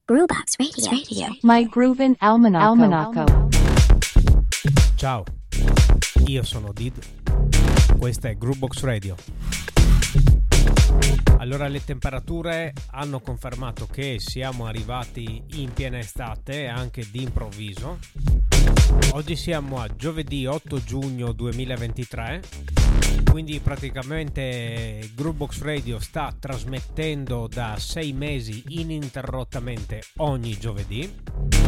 Groovebox Radio. My Groovin' Almanacco. Ciao, io sono Did, questa è Groovebox Radio. Allora, le temperature hanno confermato che siamo arrivati in piena estate, anche di improvviso. Oggi siamo a giovedì 8 giugno 2023, quindi praticamente Groovebox Radio sta trasmettendo da 6 mesi ininterrottamente ogni giovedì.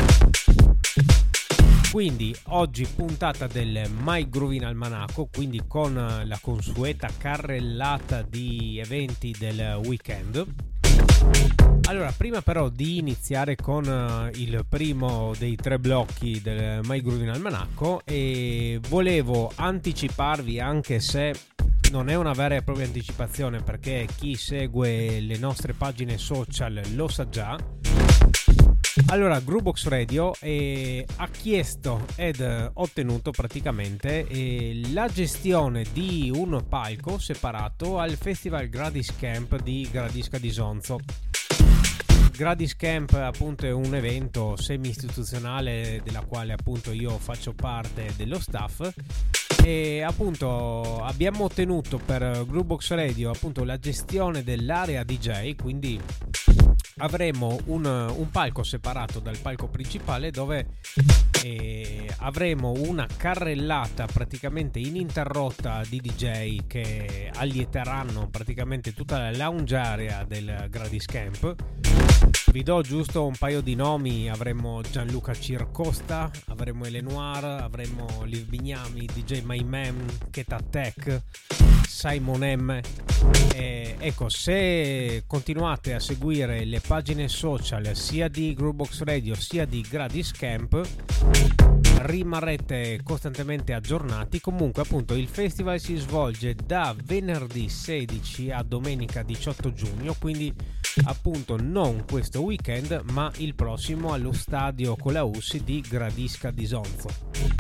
Quindi oggi puntata del My Groovin' Almanacco, quindi con la consueta carrellata di eventi del weekend. Allora, prima però di iniziare con il primo dei 3 blocchi del My Groovin' Almanacco, e volevo anticiparvi, anche se non è una vera e propria anticipazione, perché chi segue le nostre pagine social lo sa già. Allora, Groovebox Radio ha chiesto ed ottenuto praticamente la gestione di un palco separato al Festival Gradis Camp di Gradisca di Sonzo. Gradis Camp appunto è un evento semi-istituzionale della quale appunto io faccio parte dello staff, e appunto abbiamo ottenuto per Groovebox Radio appunto la gestione dell'area DJ, quindi avremo un palco separato dal palco principale, dove avremo una carrellata praticamente ininterrotta di DJ che allieteranno praticamente tutta la lounge area del Gradis Camp. Vi do giusto un paio di nomi: avremo Gianluca Circosta, avremo Elenoir, avremo Liv Bignami, DJ My Man, Keta Tech, Simon M. Ecco, se continuate a seguire le pagine social sia di Groovebox Radio sia di Gradis Camp, rimarrete costantemente aggiornati. Comunque appunto il festival si svolge da venerdì 16 a domenica 18 giugno, quindi appunto non questo weekend ma il prossimo allo stadio Colaussi di Gradisca di Sonzo.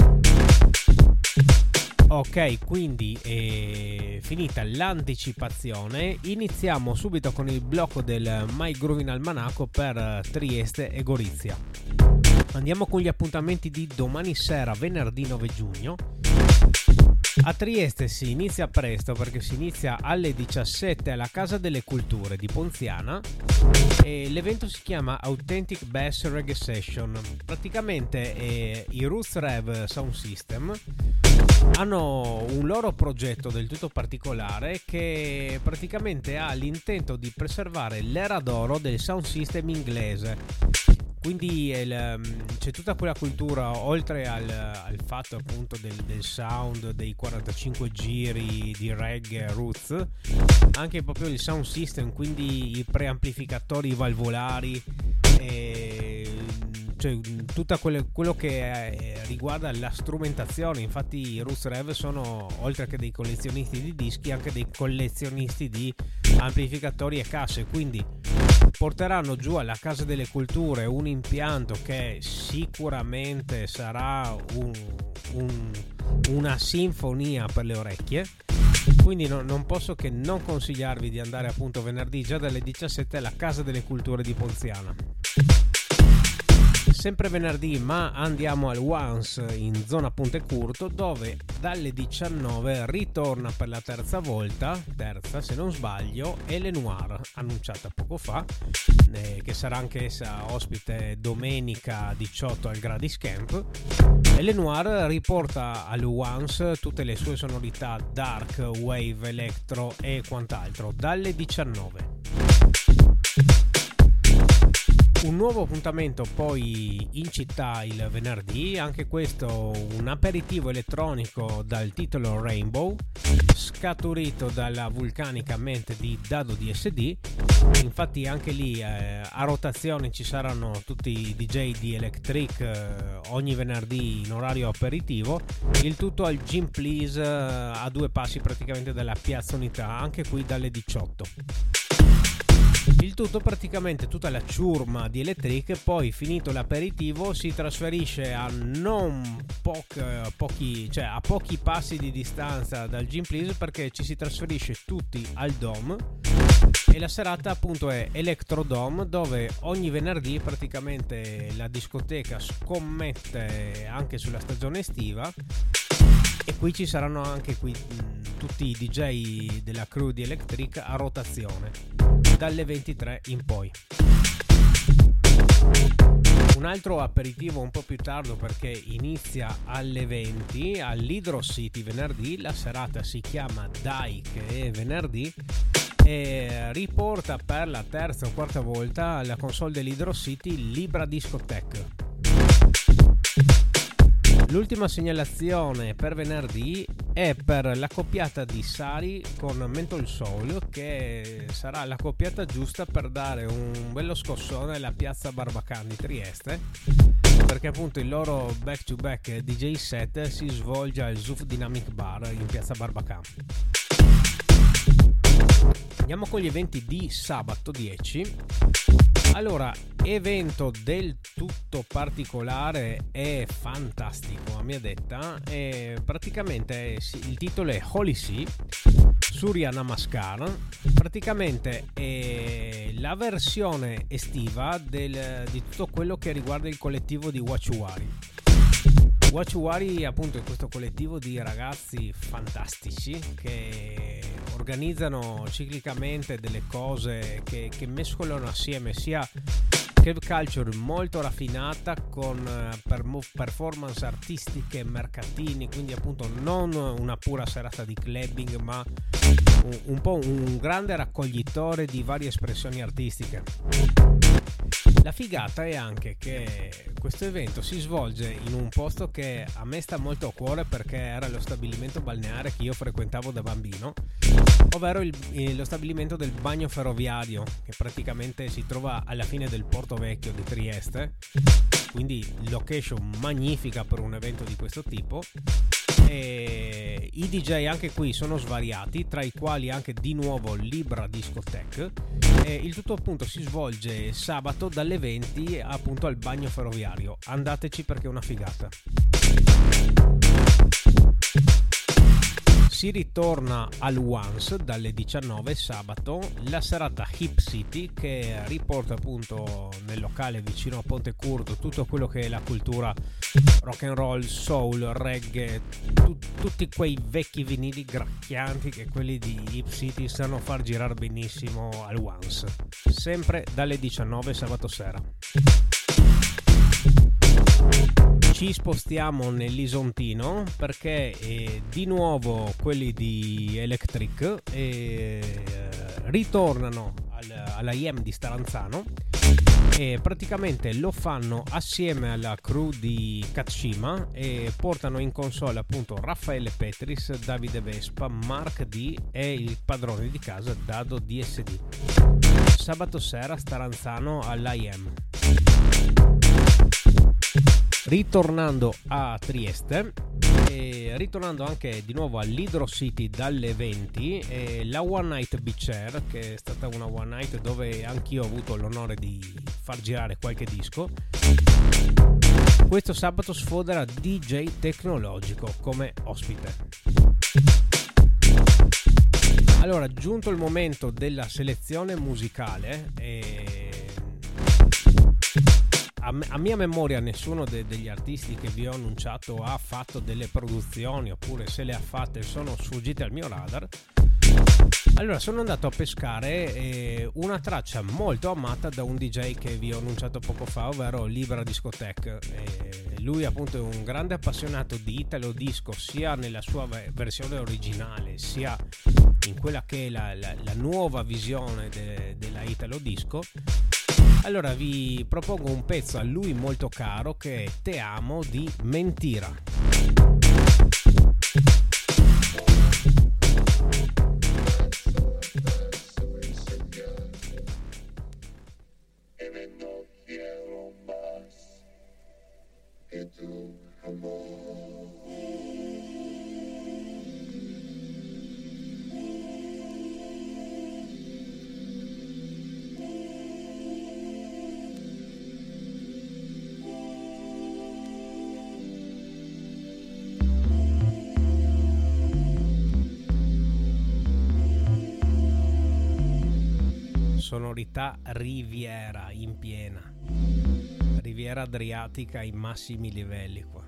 Ok, quindi finita l'anticipazione, iniziamo subito con il blocco del My Groovin' Almanacco per Trieste e Gorizia. Andiamo con gli appuntamenti di domani sera, venerdì 9 giugno. A Trieste si inizia presto, perché si inizia alle 17 alla Casa delle Culture di Ponziana, e l'evento si chiama Authentic Bass Reggae Session. Praticamente i Roots Rev Sound System hanno un loro progetto del tutto particolare che praticamente ha l'intento di preservare l'era d'oro del sound system inglese. Quindi c'è tutta quella cultura, oltre al fatto appunto del sound, dei 45 giri di reggae roots, anche proprio il sound system, quindi i preamplificatori valvolari, cioè tutto quello che riguarda la strumentazione. Infatti i Roots Rev sono, oltre che dei collezionisti di dischi, anche dei collezionisti di amplificatori e casse, quindi porteranno giù alla Casa delle Culture un impianto che sicuramente sarà una sinfonia per le orecchie. Quindi non posso che non consigliarvi di andare appunto venerdì già dalle 17 alla Casa delle Culture di Ponziana. Sempre venerdì, ma andiamo al Once in zona Ponte Curto, dove dalle 19 ritorna per la terza se non sbaglio, Elenoir, annunciata poco fa, che sarà anche essa ospite domenica 18 al Gradis Camp. Elenoir riporta al Once tutte le sue sonorità dark, wave, electro e quant'altro dalle 19. Un nuovo appuntamento poi in città il venerdì, anche questo un aperitivo elettronico dal titolo Rainbow, scaturito dalla vulcanica mente di Dado DSD. Infatti anche lì a rotazione ci saranno tutti i DJ di Electric ogni venerdì in orario aperitivo, il tutto al Gym Please a 2 passi praticamente dalla Piazza Unità, anche qui dalle 18. Il tutto praticamente, tutta la ciurma di Electric, poi finito l'aperitivo si trasferisce a pochi passi di distanza dal Gym Please, perché ci si trasferisce tutti al Dome e la serata appunto è Electrodome, dove ogni venerdì praticamente la discoteca scommette anche sulla stagione estiva, e qui ci saranno anche tutti i DJ della crew di Electric a rotazione dalle 23 in poi. Un altro aperitivo un po' più tardo, perché inizia alle 20 all'Hydro City venerdì. La serata si chiama Dai, che è venerdì, e riporta per la terza o quarta volta la console dell'Hydro City Libra Discotheque. L'ultima segnalazione per venerdì è per la coppiata di Sari con Mental Soul, che sarà la coppiata giusta per dare un bello scossone alla piazza Barbacan di Trieste, perché appunto il loro back to back DJ set si svolge al Zuf Dynamic Bar in piazza Barbacan. Andiamo con gli eventi di sabato 10. Allora, evento del tutto particolare e fantastico a mia detta, e praticamente il titolo è Holy Sea Surya Namaskar. Praticamente è la versione estiva di tutto quello che riguarda il collettivo di Wachuari. Wachuari appunto è questo collettivo di ragazzi fantastici che organizzano ciclicamente delle cose che mescolano assieme sia cave culture molto raffinata con performance artistiche, mercatini, quindi appunto non una pura serata di clubbing, ma un po' un grande raccoglitore di varie espressioni artistiche. La figata è anche che questo evento si svolge in un posto che a me sta molto a cuore, perché era lo stabilimento balneare che io frequentavo da bambino, ovvero lo stabilimento del Bagno Ferroviario, che praticamente si trova alla fine del Porto Vecchio di Trieste, quindi location magnifica per un evento di questo tipo. E i DJ anche qui sono svariati, tra i quali anche di nuovo Libra Discotheque, e il tutto appunto si svolge sabato dalle 20 appunto al Bagno Ferroviario. Andateci perché è una figata. Si ritorna al Once dalle 19 sabato, la serata Hip City, che riporta appunto nel locale vicino a Ponte Curto tutto quello che è la cultura rock and roll, soul, reggae, tutti quei vecchi vinili gracchianti che quelli di Hip City sanno far girare benissimo al Once, sempre dalle 19 sabato sera. Ci spostiamo nell'Isontino, perché di nuovo quelli di Electric ritornano alla IEM di Staranzano, e praticamente lo fanno assieme alla crew di Katshima e portano in console appunto Raffaele Petris, Davide Vespa, Mark D e il padrone di casa Dado DSD. Sabato sera Staranzano all'IEM. Ritornando a Trieste e ritornando anche di nuovo all'Hydro City dalle 20, la One Night Beach Air, che è stata una One Night dove anch'io ho avuto l'onore di far girare qualche disco. Questo sabato sfodera DJ Tecnologico come ospite. Allora, giunto il momento della selezione musicale, a mia memoria nessuno degli artisti che vi ho annunciato ha fatto delle produzioni, oppure se le ha fatte sono sfuggite al mio radar. Allora sono andato a pescare una traccia molto amata da un DJ che vi ho annunciato poco fa, ovvero Libra Discotheque. Lui appunto è un grande appassionato di Italo Disco, sia nella sua versione originale sia in quella che è la nuova visione della Italo Disco. Allora vi propongo un pezzo a lui molto caro, che è Te amo di Mentira. sonorità Riviera in piena, Riviera Adriatica ai massimi livelli qua.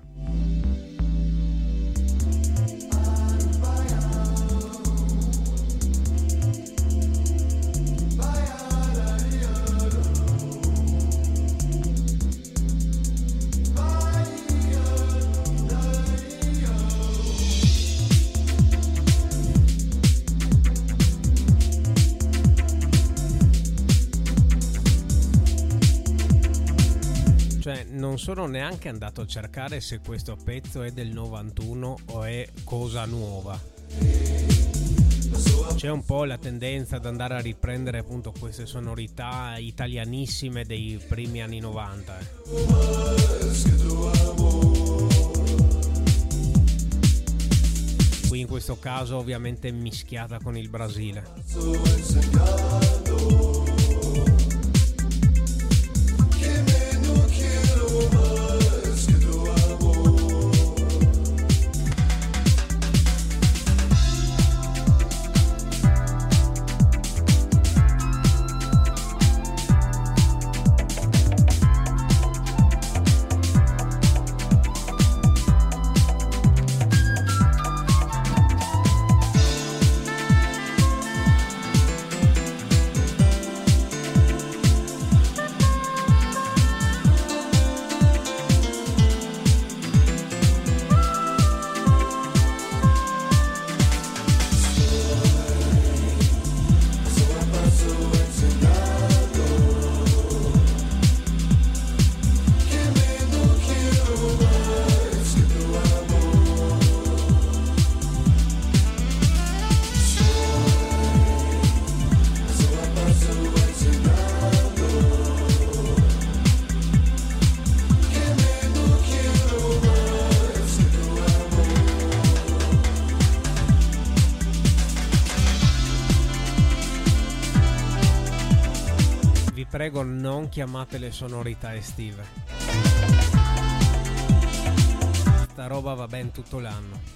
Non sono neanche andato a cercare se questo pezzo è del 91 o è cosa nuova. C'è un po' la tendenza ad andare a riprendere appunto queste sonorità italianissime dei primi anni 90. Qui in questo caso ovviamente mischiata con il Brasile. Prego, non chiamate le sonorità estive. Sta roba va ben tutto l'anno.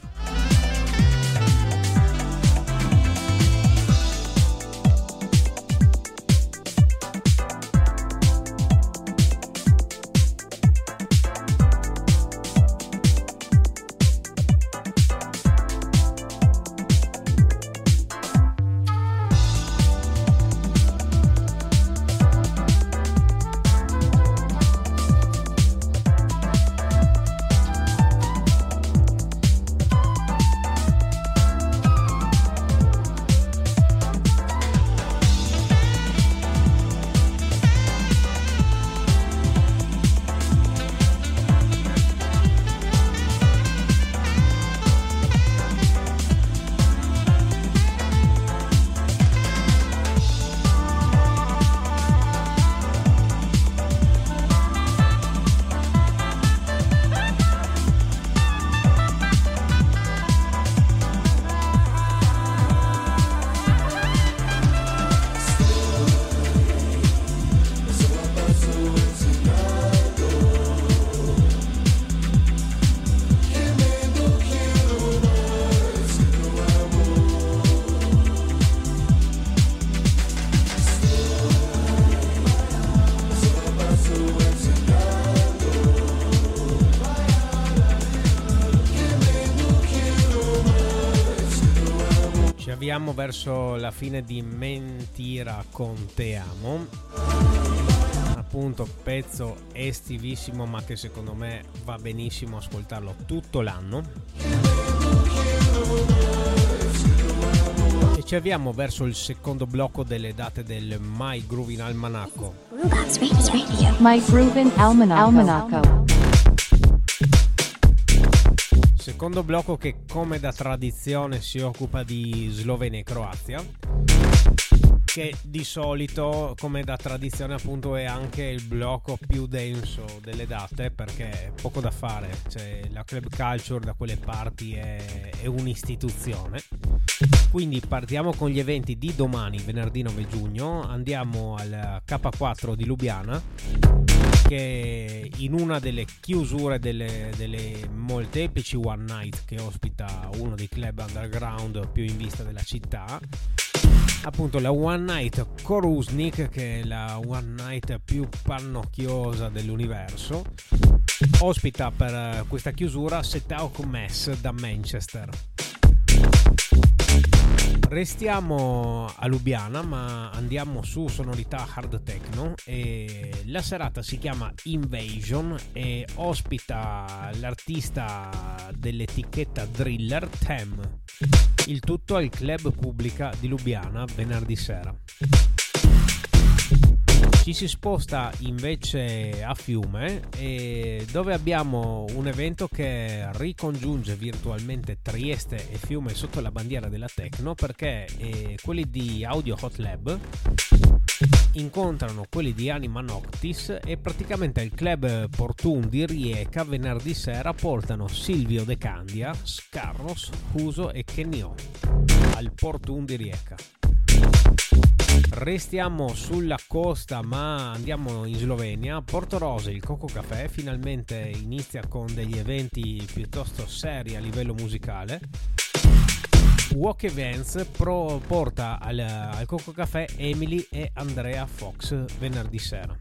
Andiamo verso la fine di Mentira con Te Amo, appunto pezzo estivissimo ma che secondo me va benissimo ascoltarlo tutto l'anno. E ci avviamo verso il secondo blocco delle date del My Groovin' Almanacco. My Groovin' Almanacco. Secondo blocco che come da tradizione si occupa di Slovenia e Croazia, che di solito come da tradizione appunto è anche il blocco più denso delle date, perché è poco da fare, cioè la club culture da quelle parti è un'istituzione. Quindi partiamo con gli eventi di domani, venerdì 9 giugno, andiamo al K4 di Lubiana, che in una delle chiusure delle molteplici One Night che ospita uno dei club underground più in vista della città, appunto la One Night Korusnik, che è la One Night più pannocchiosa dell'universo, ospita per questa chiusura Setauk Mess da Manchester. Restiamo a Lubiana, ma andiamo su sonorità hard techno, e la serata si chiama Invasion e ospita l'artista dell'etichetta Driller Tem. Il tutto al Club Pubblica di Lubiana venerdì sera. Ci si sposta invece a Fiume, dove abbiamo un evento che ricongiunge virtualmente Trieste e Fiume sotto la bandiera della techno, perché quelli di Audio Hot Lab incontrano quelli di Anima Noctis, e praticamente il Club Portun di Rieca venerdì sera portano Silvio De Candia, Scarros, Huso e Kenio al Portun di Rieca. Restiamo sulla costa, ma andiamo in Slovenia. Porto Rose, il Coco Café, finalmente inizia con degli eventi piuttosto seri a livello musicale. Walk Events porta al Coco Café Emily e Andrea Fox venerdì sera.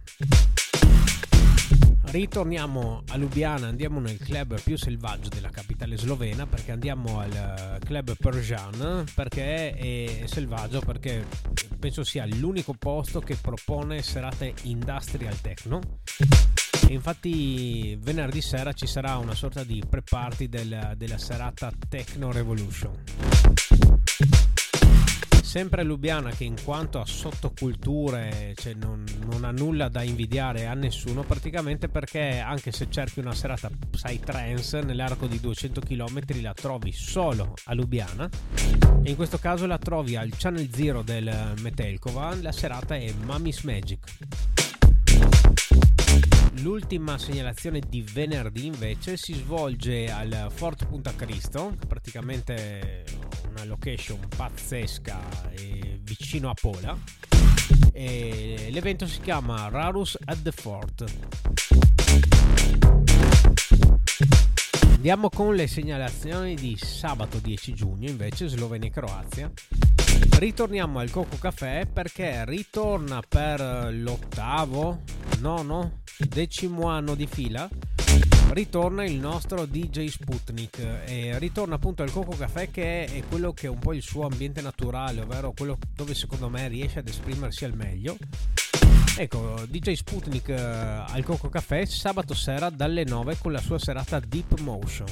Ritorniamo a Lubiana, andiamo nel club più selvaggio della capitale slovena, perché andiamo al club Persian, perché è selvaggio, perché penso sia l'unico posto che propone serate industrial techno, e infatti venerdì sera ci sarà una sorta di pre-party della serata Techno Revolution. Sempre a Lubiana, che in quanto a sottoculture non ha nulla da invidiare a nessuno praticamente, perché anche se cerchi una serata psytrance nell'arco di 200 km la trovi solo a Lubiana, e in questo caso la trovi al Channel Zero del Metelkova. La serata è Mummy's Magic. L'ultima segnalazione di venerdì invece si svolge al Fort Punta Cristo, praticamente una location pazzesca e vicino a Pola, e l'evento si chiama Rarus at the Fort. Andiamo con le segnalazioni di sabato 10 giugno invece, Slovenia e Croazia. Ritorniamo al Coco Café, perché ritorna per decimo anno di fila, ritorna il nostro DJ Sputnik, e ritorna appunto al Coco Café, che è quello che è un po' il suo ambiente naturale, ovvero quello dove secondo me riesce ad esprimersi al meglio. Ecco, DJ Sputnik al Coco Café sabato sera dalle 9 con la sua serata Deep Motion.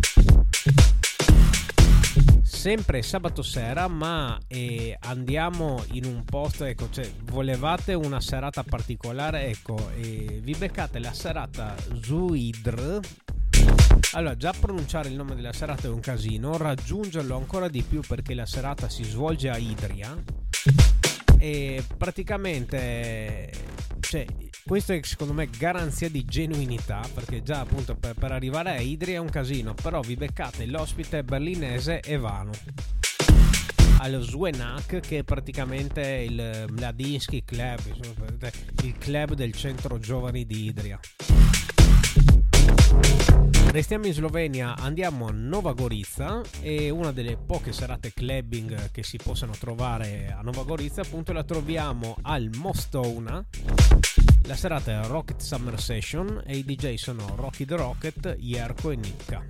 Sempre sabato sera, ma andiamo in un posto, ecco, volevate una serata particolare, ecco, vi beccate la serata Zuidr. Allora, già pronunciare il nome della serata è un casino, raggiungerlo ancora di più, perché la serata si svolge a Idria, e praticamente questo è secondo me garanzia di genuinità, perché già appunto per arrivare a Idria è un casino, però vi beccate l'ospite berlinese Evano allo Zwenak, che è praticamente il Mladinsky Club, il club del centro giovani di Idria. Restiamo in Slovenia, andiamo a Nova Gorica, e una delle poche serate clubbing che si possano trovare a Nova Gorica appunto la troviamo al Mostona. La serata è Rocket Summer Session e i DJ sono Rocky the Rocket, Jerko e Nicca.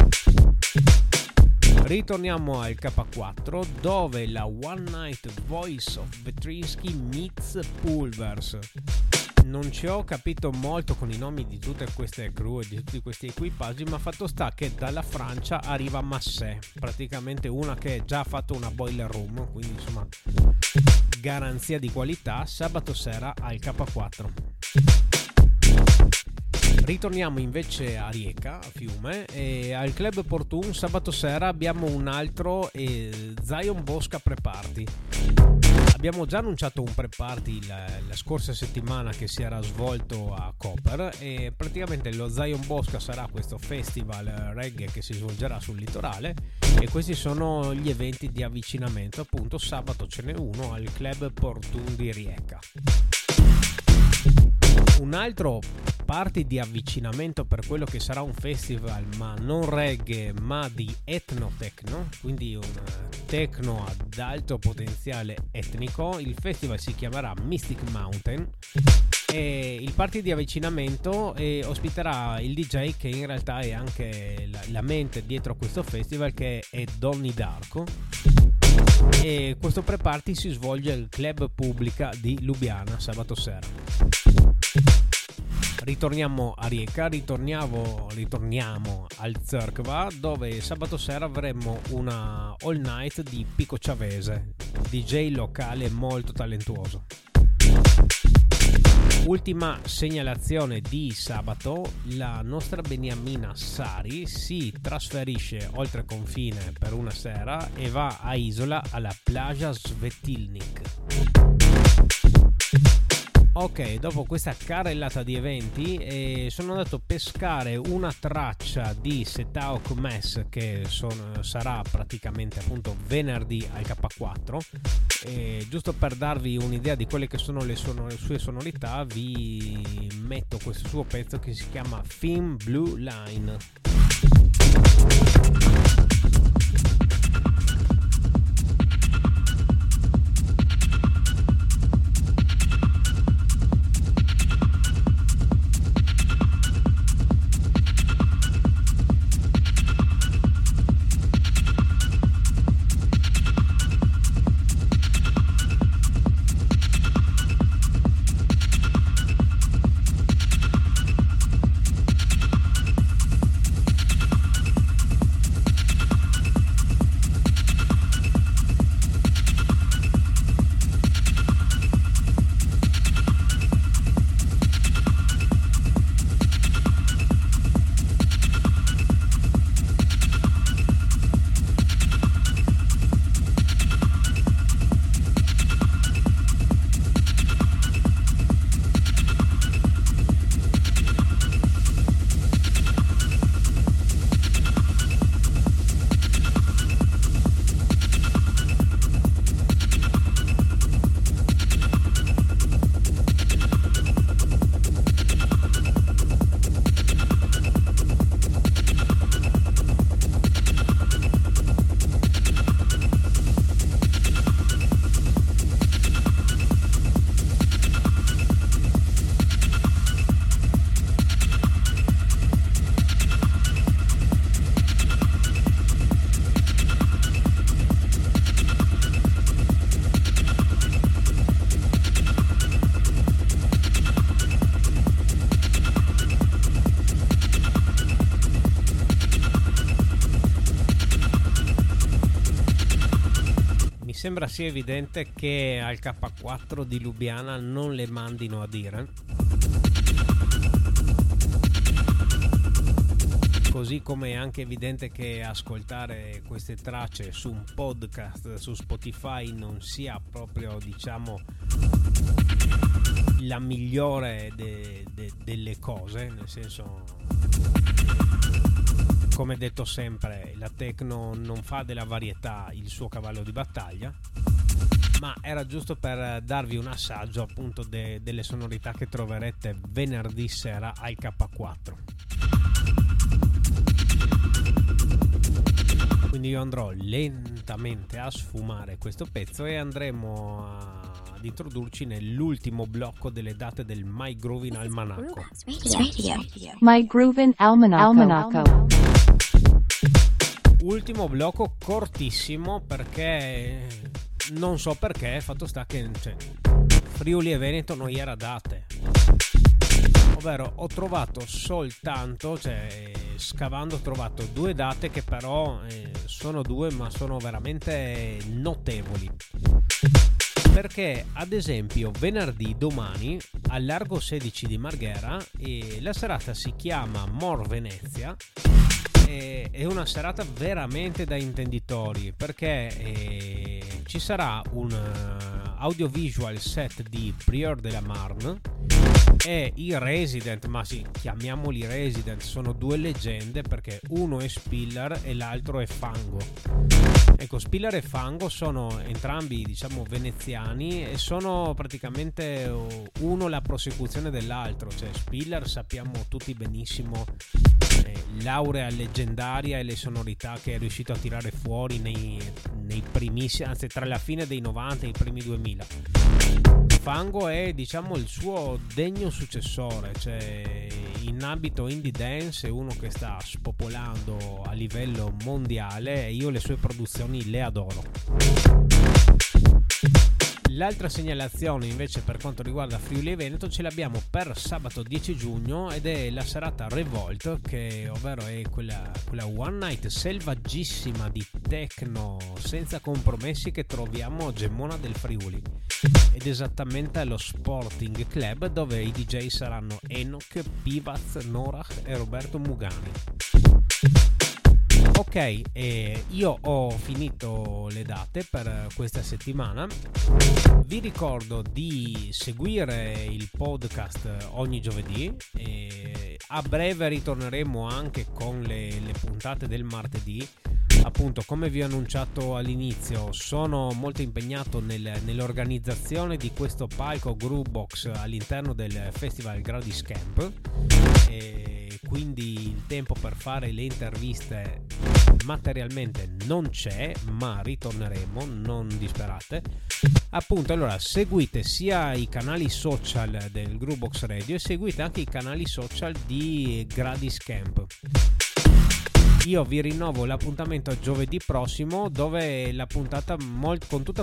Ritorniamo al K4, dove la One Night Voice of Vetrinsky meets Pulvers. Non ci ho capito molto con i nomi di tutte queste crew e di tutti questi equipaggi, ma fatto sta che dalla Francia arriva Massé, praticamente una che già ha fatto una boiler room, quindi insomma garanzia di qualità, sabato sera al K4. Ritorniamo invece a Rieca, a Fiume, e al Club Portun sabato sera abbiamo un altro Zion Bosca Pre-Party. Abbiamo già annunciato un pre-party la scorsa settimana che si era svolto a Koper, e praticamente lo Zion Bosca sarà questo festival reggae che si svolgerà sul litorale, e questi sono gli eventi di avvicinamento. Appunto sabato ce n'è uno al Club Portun di Rieca. Un altro party di avvicinamento per quello che sarà un festival, ma non reggae, ma di etno-techno, quindi un techno ad alto potenziale etnico. Il festival si chiamerà Mystic Mountain e il party di avvicinamento ospiterà il DJ che in realtà è anche la mente dietro a questo festival, che è Donny Darko. E questo pre-party si svolge al Club Pubblica di Lubiana sabato sera. Ritorniamo a Rijeka, ritorniamo al Zerkva, dove sabato sera avremo una all night di Pico Ciavese, DJ locale molto talentuoso. Ultima segnalazione di sabato: la nostra beniamina Sari si trasferisce oltre confine per una sera e va a Isola alla Plaža Svetilnik. Ok, dopo questa carrellata di eventi sono andato a pescare una traccia di Setaok Mess che sarà praticamente appunto venerdì al K4, giusto per darvi un'idea di quelle che sono le sue sonorità. Vi metto questo suo pezzo che si chiama Thin Blue Line. Sembra sia evidente che al K4 di Lubiana non le mandino a dire, così come è anche evidente che ascoltare queste tracce su un podcast su Spotify non sia proprio, diciamo, la migliore delle cose, nel senso, come detto sempre, la techno non fa della varietà il suo cavallo di battaglia, ma era giusto per darvi un assaggio appunto delle sonorità che troverete venerdì sera al K4. Quindi io andrò lentamente a sfumare questo pezzo e andremo ad introdurci nell'ultimo blocco delle date del My Groovin Almanacco. My Groovin Almanacco. Ultimo blocco cortissimo, perché non so perché, fatto sta che Friuli e Veneto non era date, ovvero ho trovato soltanto, scavando ho trovato due date che però sono due, ma sono veramente notevoli, perché ad esempio venerdì, domani, al Largo 16 di Marghera, la serata si chiama More Venezia. È una serata veramente da intenditori, perché ci sarà un audiovisual set di Prieur de la Marne e i Resident, ma sì, chiamiamoli Resident, sono due leggende perché uno è Spiller e l'altro è Fango. Ecco, Spiller e Fango sono entrambi, diciamo, veneziani e sono praticamente uno la prosecuzione dell'altro. Cioè Spiller sappiamo tutti benissimo l'aurea leggendaria e le sonorità che è riuscito a tirare fuori nei primissimi, anzi tra la fine dei 90 e i primi 2000. Fango è, diciamo, il suo degno successore, cioè in ambito indie dance è uno che sta spopolando a livello mondiale e io le sue produzioni le adoro. L'altra segnalazione invece per quanto riguarda Friuli e Veneto ce l'abbiamo per sabato 10 giugno ed è la serata Revolt, che ovvero è quella one night selvaggissima di techno senza compromessi che troviamo a Gemona del Friuli, ed esattamente allo Sporting Club, dove i DJ saranno Enoch, Pivaz, Norach e Roberto Mugani. Ok, io ho finito le date per questa settimana. Vi ricordo di seguire il podcast ogni giovedì e a breve ritorneremo anche con le puntate del martedì. Appunto, come vi ho annunciato all'inizio, sono molto impegnato nell'organizzazione di questo palco Groovebox all'interno del Festival Gradis Camp e quindi il tempo per fare le interviste materialmente non c'è, ma ritorneremo, non disperate. Appunto, allora seguite sia i canali social del Groovebox Radio e seguite anche i canali social di Gradis Camp. Io vi rinnovo l'appuntamento a giovedì prossimo, dove la puntata con tutta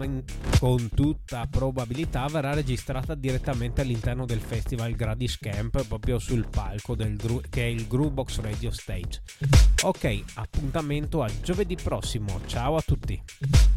probabilità verrà registrata direttamente all'interno del Festival Gradis Camp, proprio sul palco che è il Groovebox Radio Stage. Ok, appuntamento a giovedì prossimo, ciao a tutti.